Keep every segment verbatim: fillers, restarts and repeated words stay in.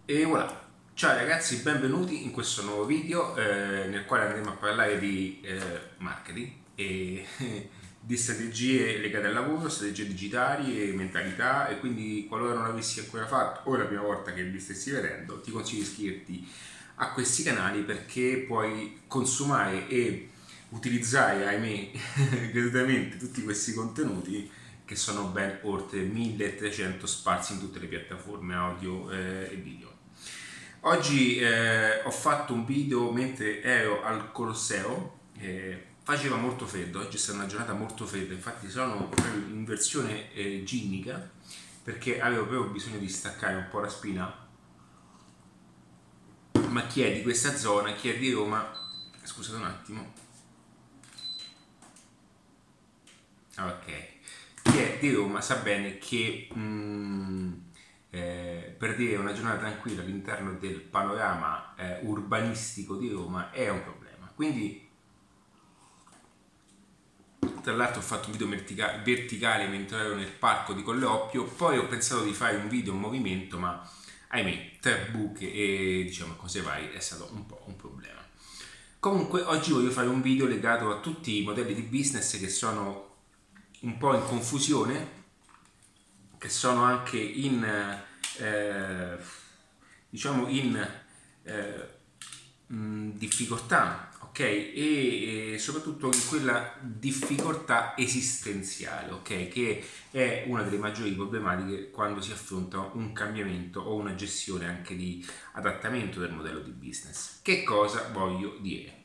E voilà, ciao ragazzi, benvenuti in questo nuovo video eh, nel quale andremo a parlare di eh, marketing e di strategie legate al lavoro, strategie digitali e mentalità. E quindi, qualora non l'avessi ancora fatto o è la prima volta che vi stessi vedendo, ti consiglio di iscriverti a questi canali, perché puoi consumare e utilizzare, ahimè, gratuitamente tutti questi contenuti, che sono ben oltre milletrecento sparsi in tutte le piattaforme audio eh, e video. Oggi eh, ho fatto un video mentre ero al Colosseo, eh, faceva molto freddo, oggi è stata una giornata molto fredda, infatti sono in versione eh, ginnica, perché avevo proprio bisogno di staccare un po' la spina. Ma chi è di questa zona, chi è di Roma, scusate un attimo, ok, chi è di Roma sa bene che mm, eh, per dire una giornata tranquilla all'interno del panorama eh, urbanistico di Roma è un problema. Quindi, tra l'altro, ho fatto un video vertica- verticale mentre ero nel parco di Colleoppio, poi ho pensato di fare un video in movimento, ma ahimè, tre buche e diciamo cose varie, è stato un po' un problema. Comunque oggi voglio fare un video legato a tutti i modelli di business che sono un po' in confusione, che sono anche in eh, diciamo in eh, mh, difficoltà, ok? E, e soprattutto in quella difficoltà esistenziale, ok? Che è una delle maggiori problematiche quando si affronta un cambiamento o una gestione anche di adattamento del modello di business. Che cosa voglio dire?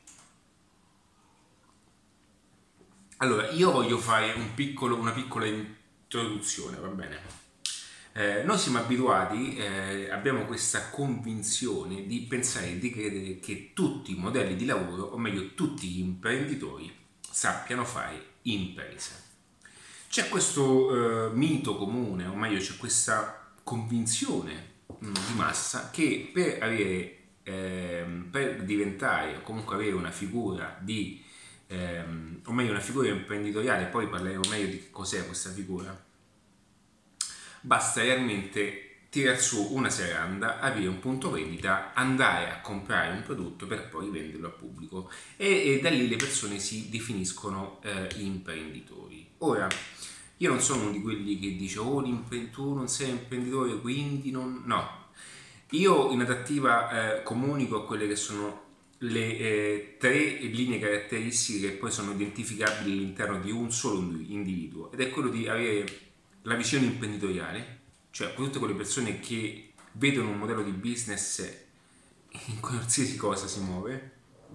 Allora, io voglio fare un piccolo, una piccola introduzione, va bene? Eh, noi siamo abituati, eh, abbiamo questa convinzione di pensare e di credere che tutti i modelli di lavoro, o meglio tutti gli imprenditori, sappiano fare impresa. C'è questo eh, mito comune, o meglio c'è questa convinzione mh, di massa che per avere, eh, per diventare o comunque avere una figura di ehm, o meglio una figura imprenditoriale, poi parleremo meglio di cos'è questa figura, basta realmente tirare su una serranda, avere un punto vendita, andare a comprare un prodotto per poi venderlo al pubblico e, e da lì le persone si definiscono eh, imprenditori. Ora, io non sono uno di quelli che dice oh tu non sei imprenditore quindi non... no, io in adattiva eh, comunico a quelle che sono le eh, tre linee caratteristiche che poi sono identificabili all'interno di un solo individuo, ed è quello di avere la visione imprenditoriale, cioè tutte quelle persone che vedono un modello di business in qualsiasi cosa si muove,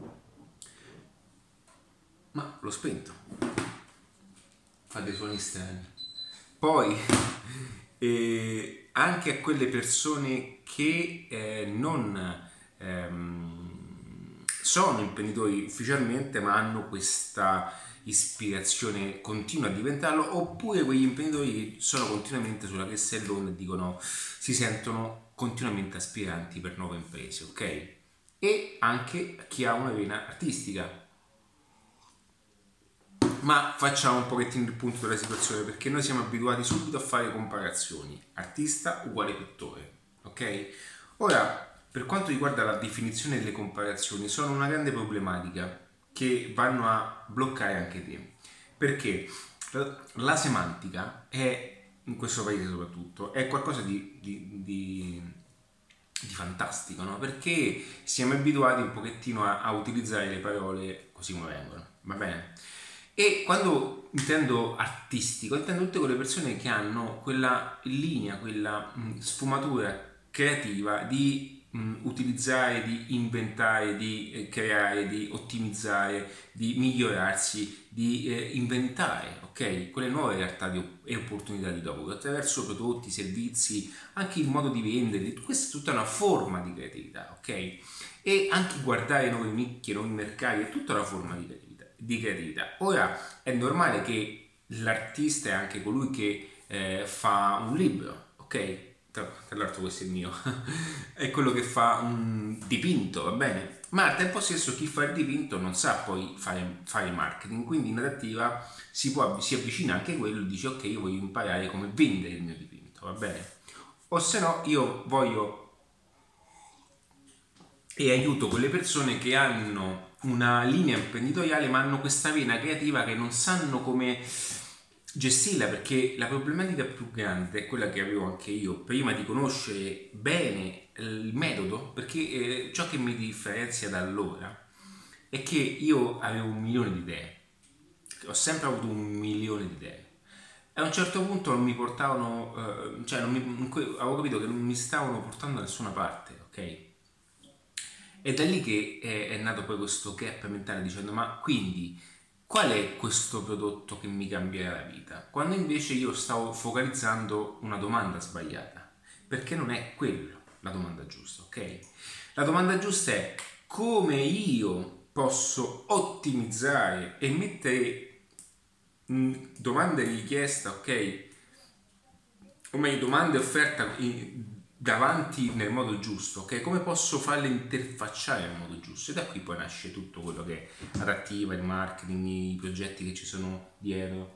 ma l'ho spento, fa dei suoni strani. Poi eh, anche a quelle persone che eh, non ehm, sono imprenditori ufficialmente ma hanno questa ispirazione continua a diventarlo, oppure quegli imprenditori che sono continuamente sulla cresta dell'onda e dicono, si sentono continuamente aspiranti per nuove imprese, ok? E anche chi ha una vena artistica. Ma facciamo un pochettino il punto della situazione, perché noi siamo abituati subito a fare comparazioni, artista uguale pittore, ok? Ora, per quanto riguarda la definizione delle comparazioni, sono una grande problematica che vanno a bloccare anche te, perché la semantica è, in questo paese soprattutto, è qualcosa di, di, di, di fantastico, no? Perché siamo abituati un pochettino a, a utilizzare le parole così come vengono, va bene? E quando intendo artistico, intendo tutte quelle persone che hanno quella linea, quella mh, sfumatura creativa di mh, utilizzare, di inventare, di eh, creare, di ottimizzare, di migliorarsi, di eh, inventare, ok? Quelle nuove realtà di, e opportunità di lavoro attraverso prodotti, servizi, anche il modo di vendere. Questa è tutta una forma di creatività, ok? E anche guardare nuove nicchie, nuovi mercati, è tutta una forma di creatività. Di creatività. Ora è normale che l'artista è anche colui che eh, fa un libro, ok? Tra, tra l'altro questo è il mio, è quello che fa un dipinto, va bene? Ma al tempo stesso chi fa il dipinto non sa poi fare, fare marketing, quindi in adattiva si, può, si avvicina anche quello e dice ok, io voglio imparare come vendere il mio dipinto, va bene? O se no io voglio e aiuto quelle persone che hanno una linea imprenditoriale ma hanno questa vena creativa che non sanno come gestirla, perché la problematica più grande è quella che avevo anche io prima di conoscere bene il metodo, perché eh, ciò che mi differenzia da allora è che io avevo un milione di idee, ho sempre avuto un milione di idee e a un certo punto non mi portavano, eh, cioè non mi, avevo capito che non mi stavano portando da nessuna parte, ok? È da lì che è, è nato poi questo gap mentale dicendo ma quindi qual è questo prodotto che mi cambierà la vita? Quando invece io stavo focalizzando una domanda sbagliata, perché non è quello la domanda giusta, ok? La domanda giusta è come io posso ottimizzare e mettere mh, domande di richiesta, ok? O meglio, domande e offerta in- davanti nel modo giusto, ok? Come posso farle interfacciare nel modo giusto? E da qui poi nasce tutto quello che è adattiva, il marketing, i progetti che ci sono dietro.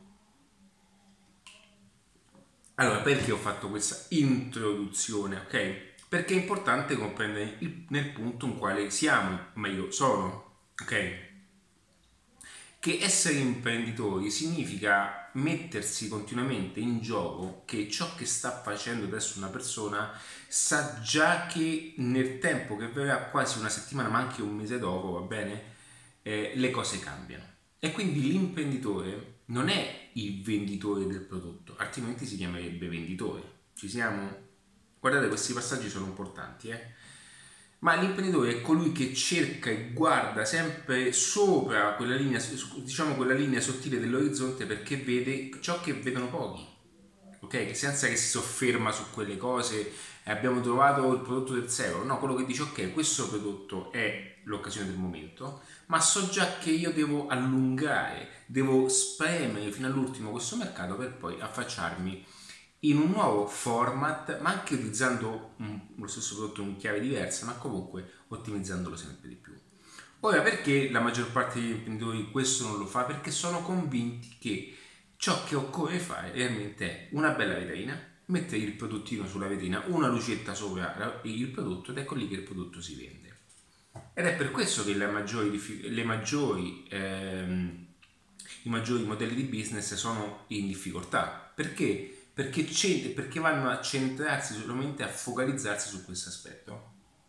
Allora, perché ho fatto questa introduzione, ok? Perché è importante comprendere il, nel punto in quale siamo, meglio, sono, ok? Che essere imprenditori significa mettersi continuamente in gioco, che ciò che sta facendo adesso una persona sa già che nel tempo che verrà, quasi una settimana ma anche un mese dopo, va bene, eh, le cose cambiano. E quindi l'imprenditore non è il venditore del prodotto, altrimenti si chiamerebbe venditore. Ci siamo? Guardate, questi passaggi sono importanti, eh? Ma l'imprenditore è colui che cerca e guarda sempre sopra quella linea, diciamo quella linea sottile dell'orizzonte, perché vede ciò che vedono pochi, ok? Senza che si sofferma su quelle cose e abbiamo trovato il prodotto del secolo, no, quello che dice ok, questo prodotto è l'occasione del momento, ma so già che io devo allungare, devo spremere fino all'ultimo questo mercato per poi affacciarmi in un nuovo format, ma anche utilizzando un, lo stesso prodotto in chiave diversa, ma comunque ottimizzandolo sempre di più. Ora, perché la maggior parte degli imprenditori questo non lo fa? Perché sono convinti che ciò che occorre fare realmente è una bella vetrina, mettere il prodottino sulla vetrina, una lucetta sopra il prodotto ed ecco lì che il prodotto si vende. Ed è per questo che le maggiori, le maggiori, ehm, i maggiori modelli di business sono in difficoltà. Perché? Perché, perché vanno a centrarsi solamente, a focalizzarsi su questo aspetto.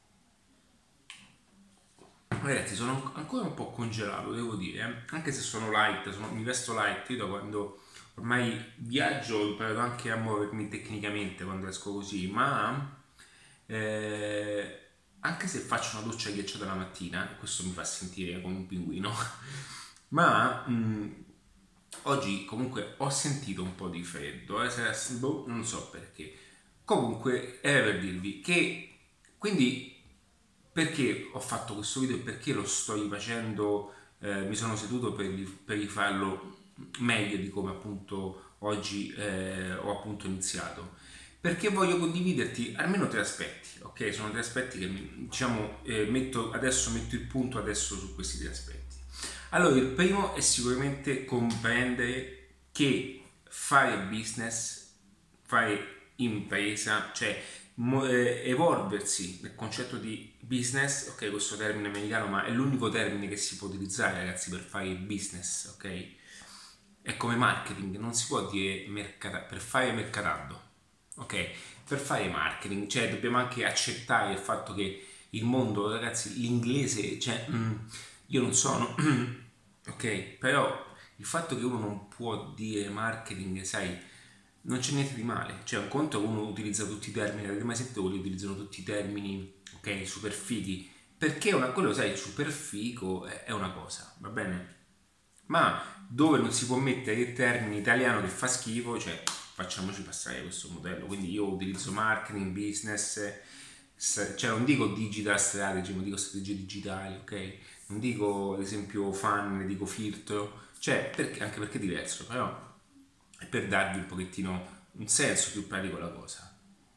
Ragazzi, sono ancora un po' congelato, devo dire, eh? Anche se sono light, sono, mi vesto light, io da quando ormai viaggio ho imparato anche a muovermi tecnicamente quando esco così, ma eh, anche se faccio una doccia ghiacciata la mattina, questo mi fa sentire come un pinguino, ma mh, oggi comunque ho sentito un po' di freddo, eh, se, boh, non so perché. Comunque era per dirvi che quindi perché ho fatto questo video e perché lo sto facendo, eh, mi sono seduto per, per rifarlo meglio di come appunto oggi eh, ho appunto iniziato, perché voglio condividerti almeno tre aspetti, ok? Sono tre aspetti che diciamo eh, metto adesso metto il punto adesso su questi tre aspetti. Allora, il primo è sicuramente comprendere che fare business, fare impresa, cioè mo- eh, evolversi nel concetto di business, ok, questo termine americano, ma è l'unico termine che si può utilizzare, ragazzi, per fare business, ok? È come marketing, non si può dire mercata- per fare mercatando, ok? Per fare marketing, cioè dobbiamo anche accettare il fatto che il mondo, ragazzi, l'inglese, cioè mm, io non sono, ok, però il fatto che uno non può dire marketing, sai, non c'è niente di male, cioè un conto è uno utilizza tutti i termini, avete mai sentito quelli che utilizzano tutti i termini, ok, super fighi, perché una, quello, sai, super figo è, è una cosa, va bene? Ma dove non si può mettere il termine italiano che fa schifo, cioè facciamoci passare questo modello, quindi io utilizzo marketing, business, cioè non dico digital strategy, ma dico strategie digitali, ok? Non dico ad esempio funnel, dico filtro, cioè perché, anche perché è diverso, però è per darvi un pochettino un senso più pratico alla cosa.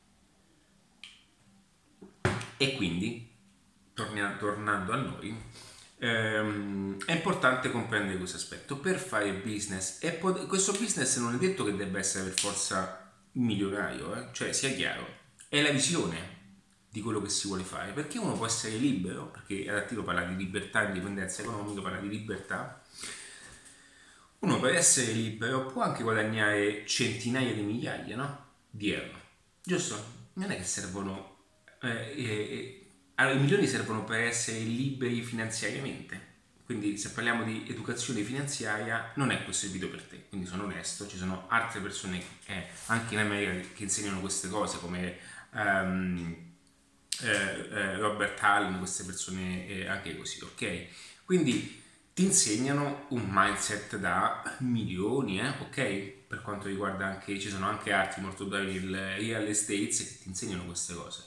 E quindi, tornia, tornando a noi, ehm, è importante comprendere questo aspetto per fare business. E pot- questo business non è detto che debba essere per forza milionario, eh? Cioè sia chiaro, è la visione di quello che si vuole fare, perché uno può essere libero, perché Adattivo parla di libertà, indipendenza economica, parla di libertà. Uno per essere libero può anche guadagnare centinaia di migliaia, no? Di euro, giusto? Non è che servono eh, eh, allora, i milioni servono per essere liberi finanziariamente. Quindi se parliamo di educazione finanziaria non è questo il video per te, quindi sono onesto, ci sono altre persone eh, anche in America che insegnano queste cose come um, eh, eh, Robert Allen, queste persone eh, anche così, ok? Quindi ti insegnano un mindset da milioni, eh, ok? Per quanto riguarda anche, ci sono anche altri molto bravi nel real estate che ti insegnano queste cose.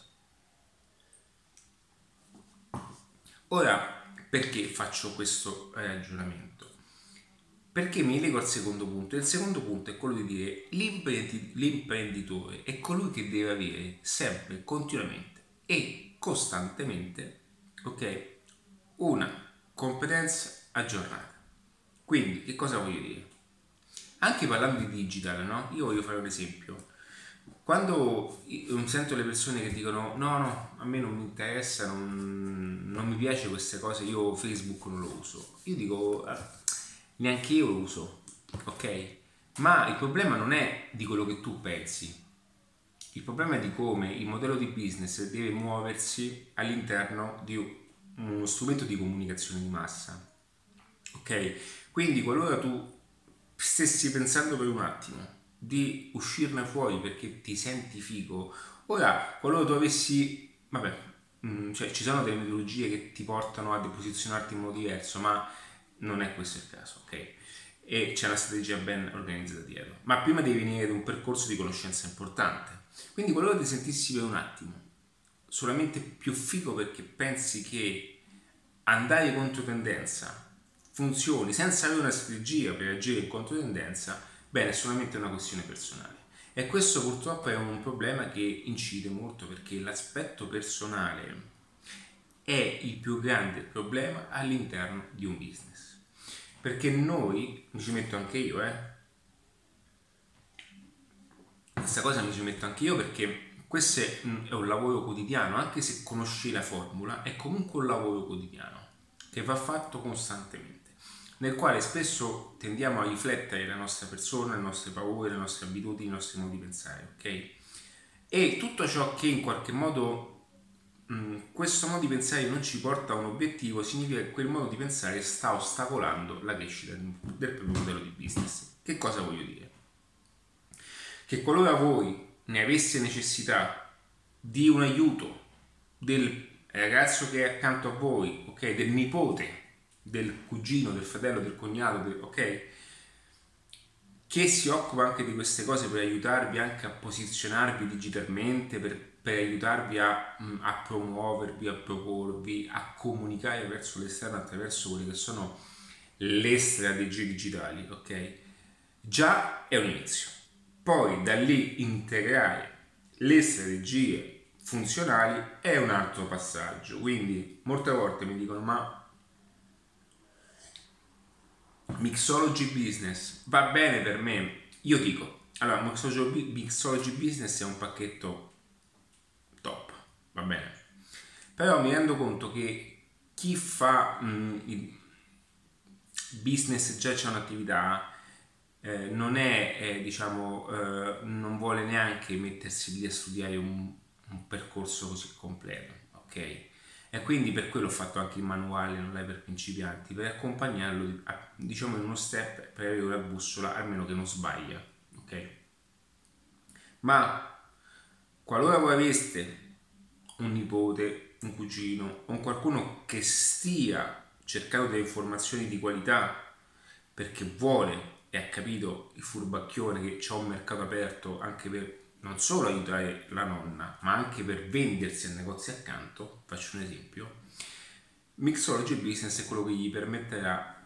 Ora, perché faccio questo ragionamento? Perché mi lego al secondo punto. Il secondo punto è quello di dire l'imprenditore è colui che deve avere sempre, continuamente e costantemente, ok, una competenza aggiornata. Quindi, che cosa voglio dire? Anche parlando di digital, no? Io voglio fare un esempio. Quando sento le persone che dicono no, no, a me non mi interessa, non, non mi piace queste cose, io Facebook non lo uso. Io dico, eh, neanche io lo uso, ok? Ma il problema non è di quello che tu pensi. Il problema è di come il modello di business deve muoversi all'interno di uno strumento di comunicazione di massa. Ok? Quindi qualora tu stessi pensando per un attimo di uscirne fuori perché ti senti figo, ora qualora tu avessi, vabbè, mh, cioè ci sono delle metodologie che ti portano a posizionarti in modo diverso, ma non è questo il caso, ok? E c'è una strategia ben organizzata dietro, ma prima devi venire da un percorso di conoscenza importante. Quindi qualora ti sentissi per un attimo solamente più figo perché pensi che andare contro tendenza funzioni senza avere una strategia per agire in controtendenza, bene, è solamente una questione personale. E questo purtroppo è un problema che incide molto perché l'aspetto personale è il più grande problema all'interno di un business. Perché noi, mi ci metto anche io, eh, questa cosa mi ci metto anche io perché questo è un lavoro quotidiano, anche se conosci la formula, è comunque un lavoro quotidiano che va fatto costantemente, nel quale spesso tendiamo a riflettere la nostra persona, le nostre paure, le nostre abitudini, i nostri modi di pensare, ok? E tutto ciò che in qualche modo mh, questo modo di pensare non ci porta a un obiettivo, significa che quel modo di pensare sta ostacolando la crescita del proprio modello di business. Che cosa voglio dire? Che qualora voi ne avesse necessità di un aiuto del ragazzo che è accanto a voi, ok, del nipote, del cugino, del fratello, del cognato, del, ok, che si occupa anche di queste cose per aiutarvi anche a posizionarvi digitalmente, per, per aiutarvi a, a promuovervi, a proporvi, a comunicare verso l'esterno attraverso quelle che sono le strategie digitali, ok? Già è un inizio. Poi da lì integrare le strategie funzionali è un altro passaggio. Quindi molte volte mi dicono ma Mixology Business va bene per me? Io dico, allora Mixology, Mixology Business è un pacchetto top, va bene, però mi rendo conto che chi fa mh, il business già c'è un'attività, eh, non è, eh, diciamo, eh, non vuole neanche mettersi lì a studiare un, un percorso così completo, ok? E quindi per quello ho fatto anche il manuale, non è per principianti, per accompagnarlo, diciamo, in uno step, per avere una bussola, almeno che non sbaglia, ok? Ma qualora voi aveste un nipote, un cugino o qualcuno che stia cercando delle informazioni di qualità perché vuole e ha capito il furbacchione che c'è un mercato aperto anche per non solo aiutare la nonna ma anche per vendersi al negozio accanto, faccio un esempio, Mixology Business è quello che gli permetterà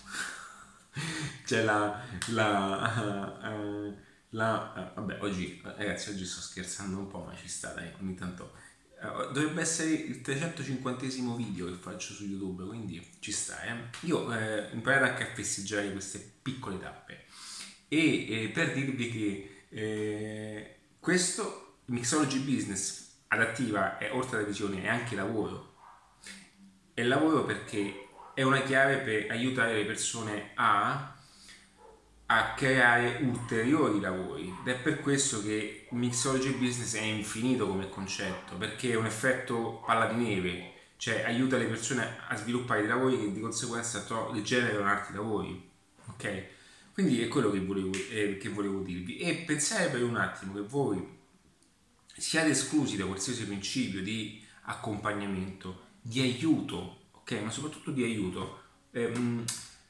c'è la la, uh, uh, la uh, vabbè oggi ragazzi oggi sto scherzando un po' ma ci sta dai ogni tanto uh, dovrebbe essere il trecentocinquantesimo video che faccio su YouTube, quindi ci sta, eh. Io ho eh, imparato anche a festeggiare queste piccole tappe e eh, per dirvi che eh, questo Mixology Business adattiva è oltre alla visione è anche lavoro. È lavoro perché è una chiave per aiutare le persone a a creare ulteriori lavori, ed è per questo che Mixology Business è infinito come concetto, perché è un effetto palla di neve, cioè aiuta le persone a sviluppare dei lavori che di conseguenza generano altri lavori, ok? Quindi è quello che volevo, eh, che volevo dirvi. E pensare per un attimo che voi siate esclusi da qualsiasi principio di accompagnamento, di aiuto, ok? Ma soprattutto di aiuto. Ehm,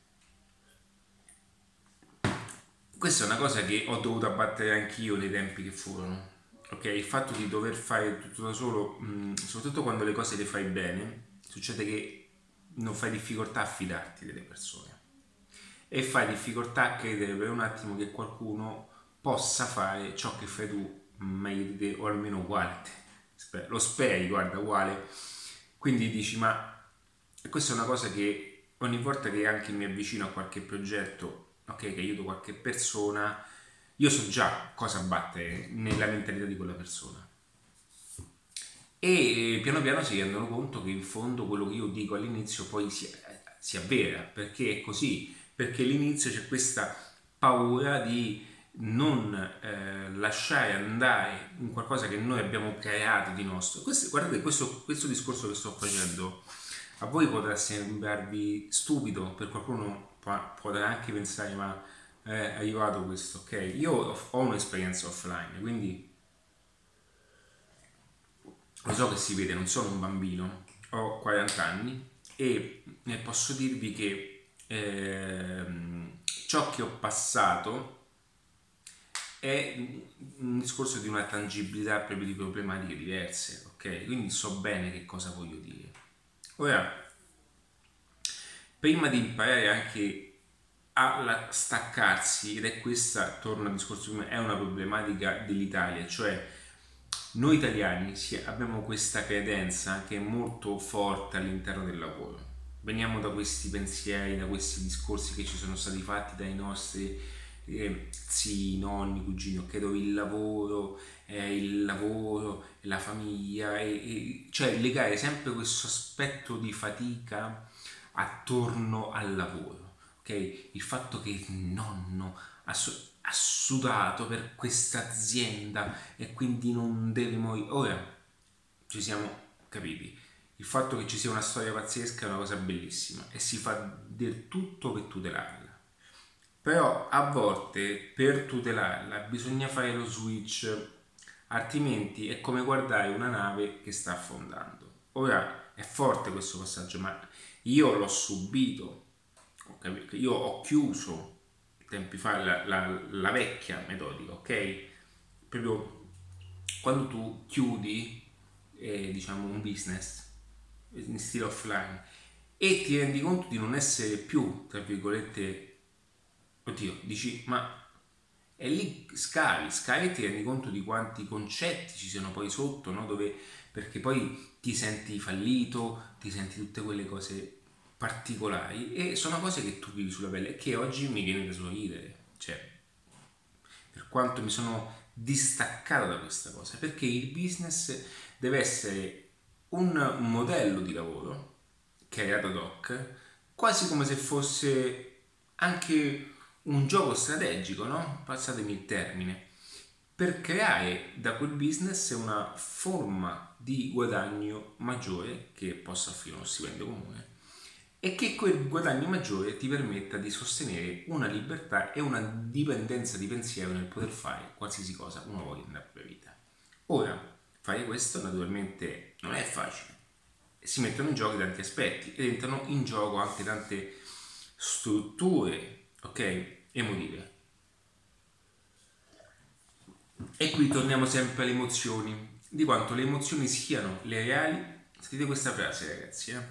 Questa è una cosa che ho dovuto abbattere anch'io nei tempi che furono, ok? Il fatto di dover fare tutto da solo, mh, soprattutto quando le cose le fai bene, succede che non fai difficoltà a fidarti delle persone e fai difficoltà a credere per un attimo che qualcuno possa fare ciò che fai tu meglio di te o almeno uguale a te. Lo speri, guarda, uguale. Quindi dici, ma questa è una cosa che ogni volta che anche mi avvicino a qualche progetto, ok, che aiuto qualche persona, io so già cosa battere nella mentalità di quella persona. E piano piano si rendono conto che in fondo quello che io dico all'inizio poi si, si avvera, perché è così, perché all'inizio c'è questa paura di non eh, lasciare andare in qualcosa che noi abbiamo creato di nostro. Questo, guardate, questo, questo discorso che sto facendo a voi potrà sembrarvi stupido, per qualcuno potrà anche pensare ma è arrivato questo, ok? Io ho un'esperienza offline, quindi lo so che si vede, non sono un bambino, ho quaranta anni e posso dirvi che ehm, ciò che ho passato è un discorso di una tangibilità proprio di problematiche diverse, ok? Quindi so bene che cosa voglio dire. Ora, prima di imparare anche a staccarsi, ed è questa, torno al discorso prima, è una problematica dell'Italia, cioè noi italiani abbiamo questa credenza che è molto forte all'interno del lavoro. Veniamo da questi pensieri, da questi discorsi che ci sono stati fatti dai nostri eh, zii, nonni, cugini, ok, dove il lavoro è il lavoro, è la famiglia, e, e, cioè legare sempre questo aspetto di fatica attorno al lavoro, ok? Il fatto che il nonno ha, ha sudato per questa azienda e quindi non deve morire. Ora ci siamo capiti. Il fatto che ci sia una storia pazzesca è una cosa bellissima e si fa del tutto per tutelarla. Però a volte per tutelarla bisogna fare lo switch, altrimenti è come guardare una nave che sta affondando. Ora è forte questo passaggio, ma io l'ho subito, io ho chiuso tempi fa la, la, la vecchia metodica, ok? Proprio quando tu chiudi eh, diciamo un business in stile offline e ti rendi conto di non essere più, tra virgolette, oddio, dici, ma e lì scavi, scavi e ti rendi conto di quanti concetti ci siano poi sotto, no? Dove, perché poi ti senti fallito, ti senti tutte quelle cose particolari e sono cose che tu vivi sulla pelle e che oggi mi viene da sorridere, cioè, per quanto mi sono distaccato da questa cosa, perché il business deve essere un modello di lavoro creato ad hoc, quasi come se fosse anche un gioco strategico, no? Passatemi il termine, per creare da quel business una forma di guadagno maggiore che possa offrire uno stipendio comune e che quel guadagno maggiore ti permetta di sostenere una libertà e una dipendenza di pensiero nel poter fare qualsiasi cosa uno voglia nella propria vita. Ora, fare questo naturalmente non è facile, si mettono in gioco tanti aspetti ed entrano in gioco anche tante strutture, ok, emotive. E qui torniamo sempre alle emozioni, di quanto le emozioni siano le reali. Sentite questa frase, ragazzi, eh?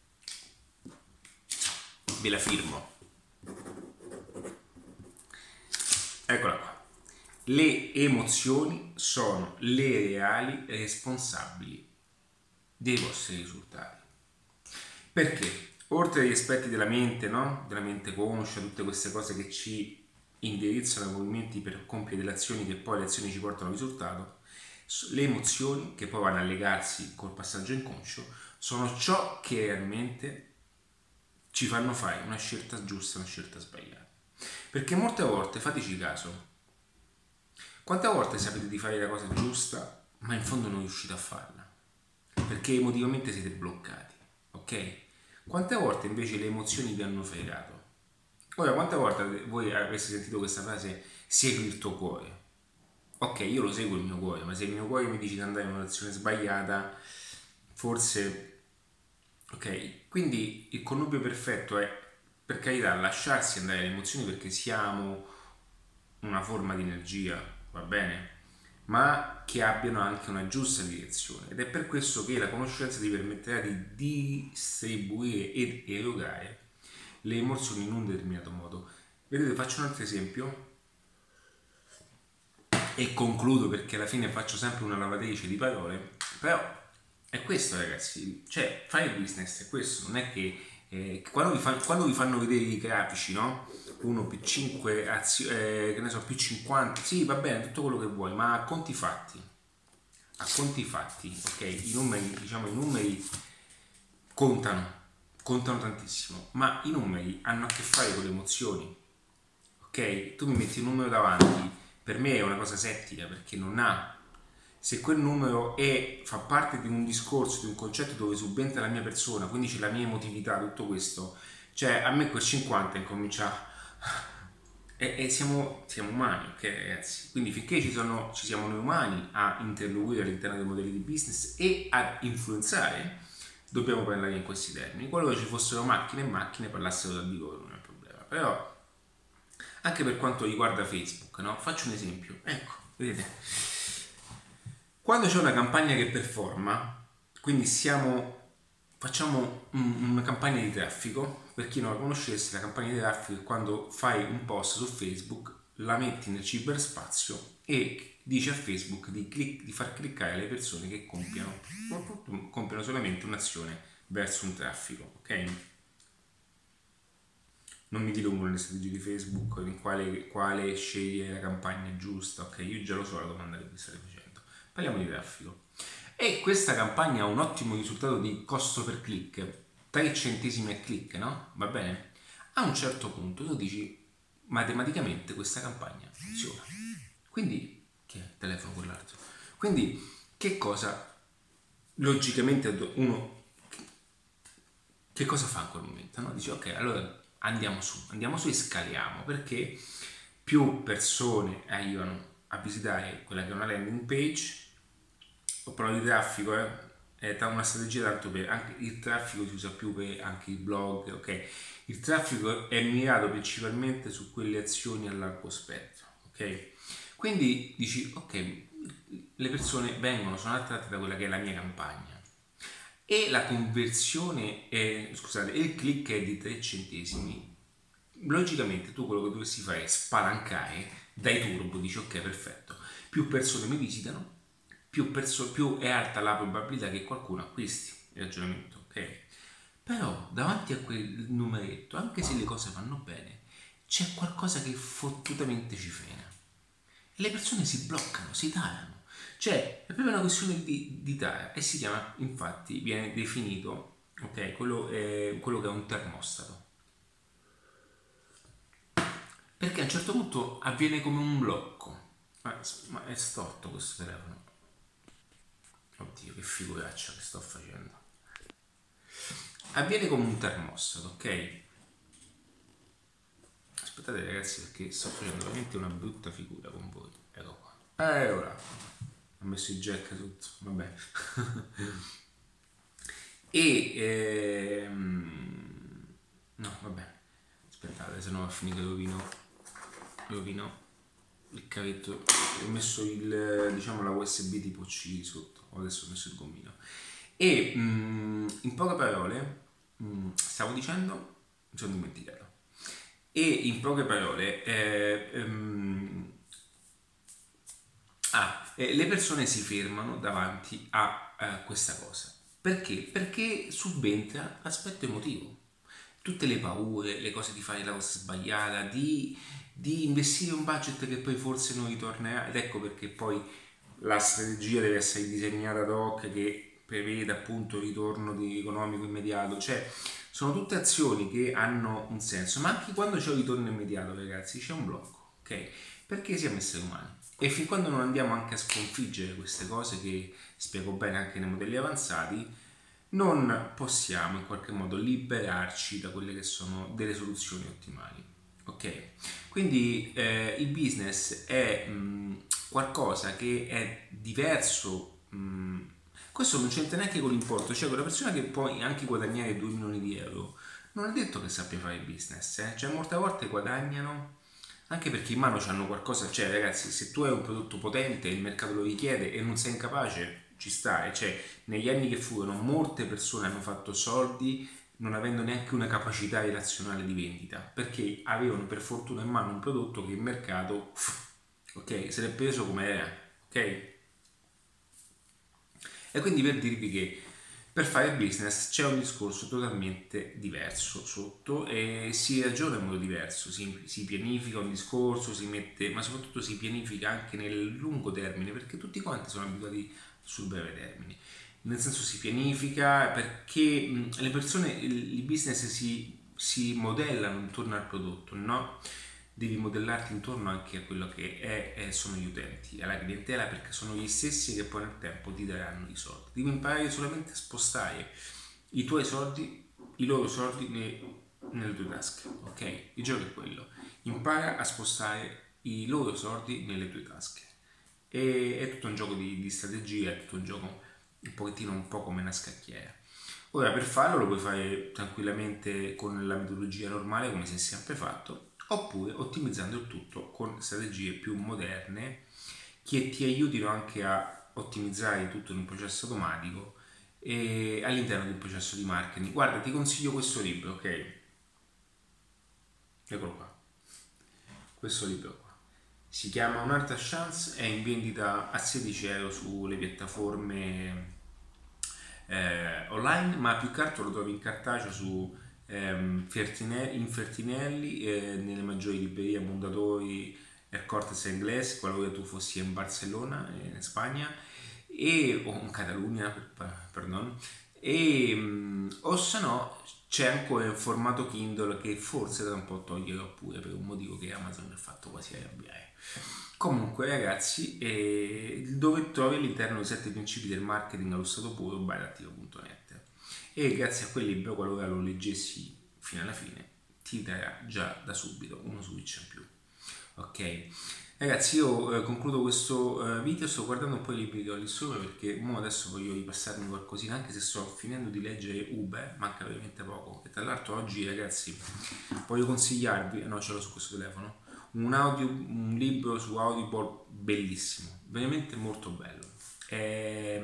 Ve la firmo, eccola qua. Le emozioni sono le reali responsabili dei vostri risultati. Perché? Oltre agli aspetti della mente, no? Della mente conscia, tutte queste cose che ci indirizzano ai movimenti per compiere delle azioni che poi le azioni ci portano al risultato, le emozioni che poi vanno a legarsi col passaggio inconscio sono ciò che realmente ci fanno fare una scelta giusta, una scelta sbagliata. Perché molte volte, fateci caso, quante volte sapete di fare la cosa giusta ma in fondo non riuscite a farla perché emotivamente siete bloccati, ok? Quante volte invece le emozioni vi hanno fregato? Ora, quante volte voi avreste sentito questa frase segui il tuo cuore? Ok, io lo seguo il mio cuore, ma se il mio cuore mi dice di andare in una direzione sbagliata, forse... Ok, quindi il connubio perfetto è, per carità, lasciarsi andare alle emozioni perché siamo una forma di energia, va bene? Ma che abbiano anche una giusta direzione. Ed è per questo che la conoscenza ti permetterà di distribuire ed erogare le emozioni in un determinato modo. Vedete, faccio un altro esempio e concludo perché alla fine faccio sempre una lavatrice di parole, però è questo, ragazzi, cioè fare business è questo, non è che eh, quando, vi fa, quando vi fanno vedere i grafici, no? uno più cinque, azio, eh, che ne so, più cinquanta, sì, va bene, tutto quello che vuoi, ma a conti fatti, a conti fatti, ok? I numeri, diciamo, i numeri contano, contano tantissimo, ma i numeri hanno a che fare con le emozioni, ok? Tu mi metti un numero davanti, per me è una cosa settica, perché non ha... Se quel numero è, fa parte di un discorso, di un concetto dove subentra la mia persona, quindi c'è la mia emotività, tutto questo, cioè a me quel cinquanta incomincia... E, e siamo, siamo umani, ok ragazzi? Quindi finché ci, sono, ci siamo noi umani a interloquire all'interno dei modelli di business e a influenzare, dobbiamo parlare in questi termini. Qualora ci fossero macchine e macchine parlassero da di loro, non è un problema. Però, anche per quanto riguarda Facebook, no? Faccio un esempio. Ecco, vedete? Quando c'è una campagna che performa, quindi siamo, facciamo un, una campagna di traffico, per chi non la conoscesse, la campagna di traffico è quando fai un post su Facebook, la metti nel ciberspazio e dici a Facebook di, click, di far cliccare le persone che compiano, compiano solamente un'azione verso un traffico, ok? Non mi dilungo nelle strategie di Facebook, in quale, quale scegliere la campagna giusta, ok? Io già lo so la domanda che vi state facendo. Parliamo di traffico. E questa campagna ha un ottimo risultato di costo per click, tre centesimi a click, no? Va bene? A un certo punto tu dici, matematicamente questa campagna funziona. Quindi, che è? Telefono quell'altro. Quindi, che cosa, logicamente, uno, che cosa fa in quel momento? No? Dice, ok, allora andiamo su, andiamo su e scaliamo, perché più persone arrivano a visitare quella che è una landing page. Ho parlato di traffico, eh? È una strategia tanto per anche il traffico si usa più per anche i blog, ok? Il traffico è mirato principalmente su quelle azioni a largo spettro, ok? Quindi dici, ok, le persone vengono, sono attratte da quella che è la mia campagna e la conversione è, scusate, il click è di tre centesimi. Logicamente tu quello che dovresti fare è spalancare dai turbo, dici ok, perfetto, più persone mi visitano, più, perso- più è alta la probabilità che qualcuno acquisti il ragionamento, ok? Però davanti a quel numeretto, anche se le cose vanno bene, c'è qualcosa che fottutamente ci frena e le persone si bloccano, si tarano, cioè è proprio una questione di, di tara e si chiama, infatti viene definito, ok, quello, è, quello che è un termostato, perché a un certo punto avviene come un blocco. Ma, ma è storto questo telefono. Oddio, che figuraccia che sto facendo. Avviene come un termostato, ok? Aspettate ragazzi, perché sto facendo veramente una brutta figura con voi. Ecco qua. E ora ho messo i jack tutto, vabbè. E ehm... no, vabbè. Aspettate, se no va a finire che rovino rovino il cavetto. Ho messo il, diciamo, la U S B tipo C sotto, adesso ho messo il gommino e mh, in poche parole mh, stavo dicendo, mi sono dimenticato, e in poche parole eh, ehm, ah, eh, le persone si fermano davanti a, a questa cosa perché? Perché subentra l'aspetto emotivo, tutte le paure, le cose di fare la cosa sbagliata, di, di investire un budget che poi forse non ritornerà, ed ecco perché poi la strategia deve essere disegnata ad hoc che prevede appunto il ritorno di economico immediato, cioè sono tutte azioni che hanno un senso, ma anche quando c'è un ritorno immediato, ragazzi, c'è un blocco, ok? Perché siamo esseri umani e fin quando non andiamo anche a sconfiggere queste cose che spiego bene anche nei modelli avanzati, non possiamo in qualche modo liberarci da quelle che sono delle soluzioni ottimali, ok? Quindi eh, il business è mh, qualcosa che è diverso, mh, questo non c'entra neanche con l'importo, cioè quella persona che può anche guadagnare due milioni di euro non è detto che sappia fare business, eh? Cioè molte volte guadagnano anche perché in mano hanno qualcosa, cioè ragazzi, se tu hai un prodotto potente, il mercato lo richiede e non sei incapace, ci sta, cioè negli anni che furono molte persone hanno fatto soldi non avendo neanche una capacità relazionale di vendita, perché avevano per fortuna in mano un prodotto che il mercato, ok, se l'è preso come era, ok? E quindi per dirvi che per fare business c'è un discorso totalmente diverso sotto e si ragiona in modo diverso, si, si pianifica un discorso, si mette, ma soprattutto si pianifica anche nel lungo termine, perché tutti quanti sono abituati sul breve termine. Nel senso si pianifica perché mh, le persone, il, il business si, si modellano intorno al prodotto, no? Devi modellarti intorno anche a quello che è, è, sono gli utenti, alla clientela, perché sono gli stessi che poi nel tempo ti daranno i soldi. Devi imparare solamente a spostare i tuoi soldi, i loro soldi ne, nelle tue tasche, ok? Il gioco è quello, impara a spostare i loro soldi nelle tue tasche. E, è tutto un gioco di, di strategia, è tutto un gioco un pochettino un po' come una scacchiera. Ora per farlo lo puoi fare tranquillamente con la metodologia normale come si è sempre fatto, oppure ottimizzando il tutto con strategie più moderne che ti aiutino anche a ottimizzare tutto in un processo automatico e all'interno di un processo di marketing. Guarda, ti consiglio questo libro, ok? Eccolo qua. Questo libro qua si chiama Un'altra chance, è in vendita a sedici euro sulle piattaforme eh, online, ma più che altro lo trovi in cartaceo su ehm, Fertine- in Fertinelli, eh, nelle maggiori librerie, Mondadori, El Corte Inglés, qualora tu fossi in Barcellona, eh, in Spagna, e, o in Catalunya, per- perdon, e, mm, o se no c'è ancora in formato Kindle che forse tra un po' toglierò pure per un motivo che Amazon mi ha fatto quasi arrabbiare. Comunque ragazzi, eh, dove trovi all'interno i sette principi del marketing allo stato puro by attivo punto net, e grazie a quel libro, qualora lo leggessi fino alla fine, ti darà già da subito uno switch in più. Ok ragazzi, io eh, concludo questo eh, video, sto guardando un po' i libri che ho lì sopra perché mo adesso voglio ripassarmi qualcosina, anche se sto finendo di leggere Uber, manca veramente poco. E tra l'altro oggi ragazzi voglio consigliarvi, no, ce l'ho su questo telefono, un, audio, un libro su Audible bellissimo, veramente molto bello. E,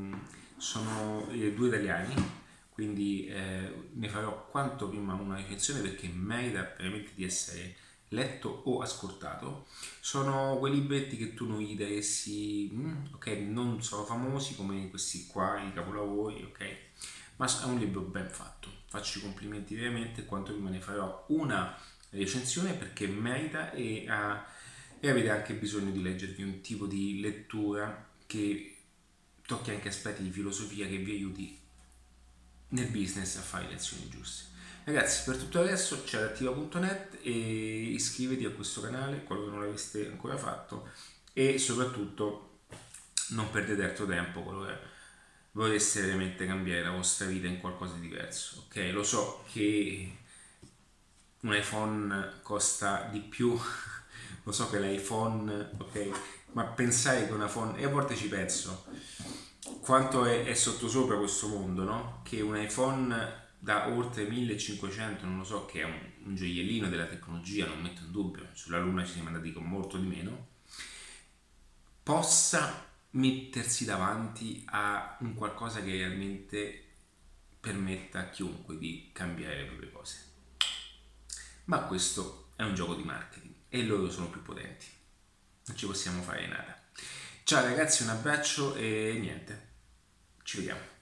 sono eh, due italiani, quindi eh, ne farò quanto prima una recensione perché merita veramente di essere letto o ascoltato. Sono quei libretti che tu non gli daresti, mm, ok, non sono famosi come questi qua, i capolavori, ok, ma è un libro ben fatto. Faccio i complimenti veramente, quanto prima ne farò una recensione perché merita e, ha, e avete anche bisogno di leggervi un tipo di lettura che tocchi anche aspetti di filosofia che vi aiuti nel business a fare le azioni giuste. Ragazzi, per tutto adesso c'è attiva punto net e iscriviti a questo canale qualora non l'aveste ancora fatto e soprattutto non perdete altro tempo qualora vorreste veramente cambiare la vostra vita in qualcosa di diverso. Ok, lo so che un iPhone costa di più, lo so che l'iPhone, ok, ma pensare che un iPhone, e a volte ci penso, quanto è, è sottosopra questo mondo, no? Che un iPhone da oltre millecinquecento, non lo so, che è un, un gioiellino della tecnologia, non metto in dubbio, sulla Luna ci siamo andati con molto di meno, possa mettersi davanti a un qualcosa che realmente permetta a chiunque di cambiare le proprie cose. Ma questo è un gioco di marketing e loro sono più potenti, non ci possiamo fare nada. Ciao ragazzi, un abbraccio e niente, ci vediamo.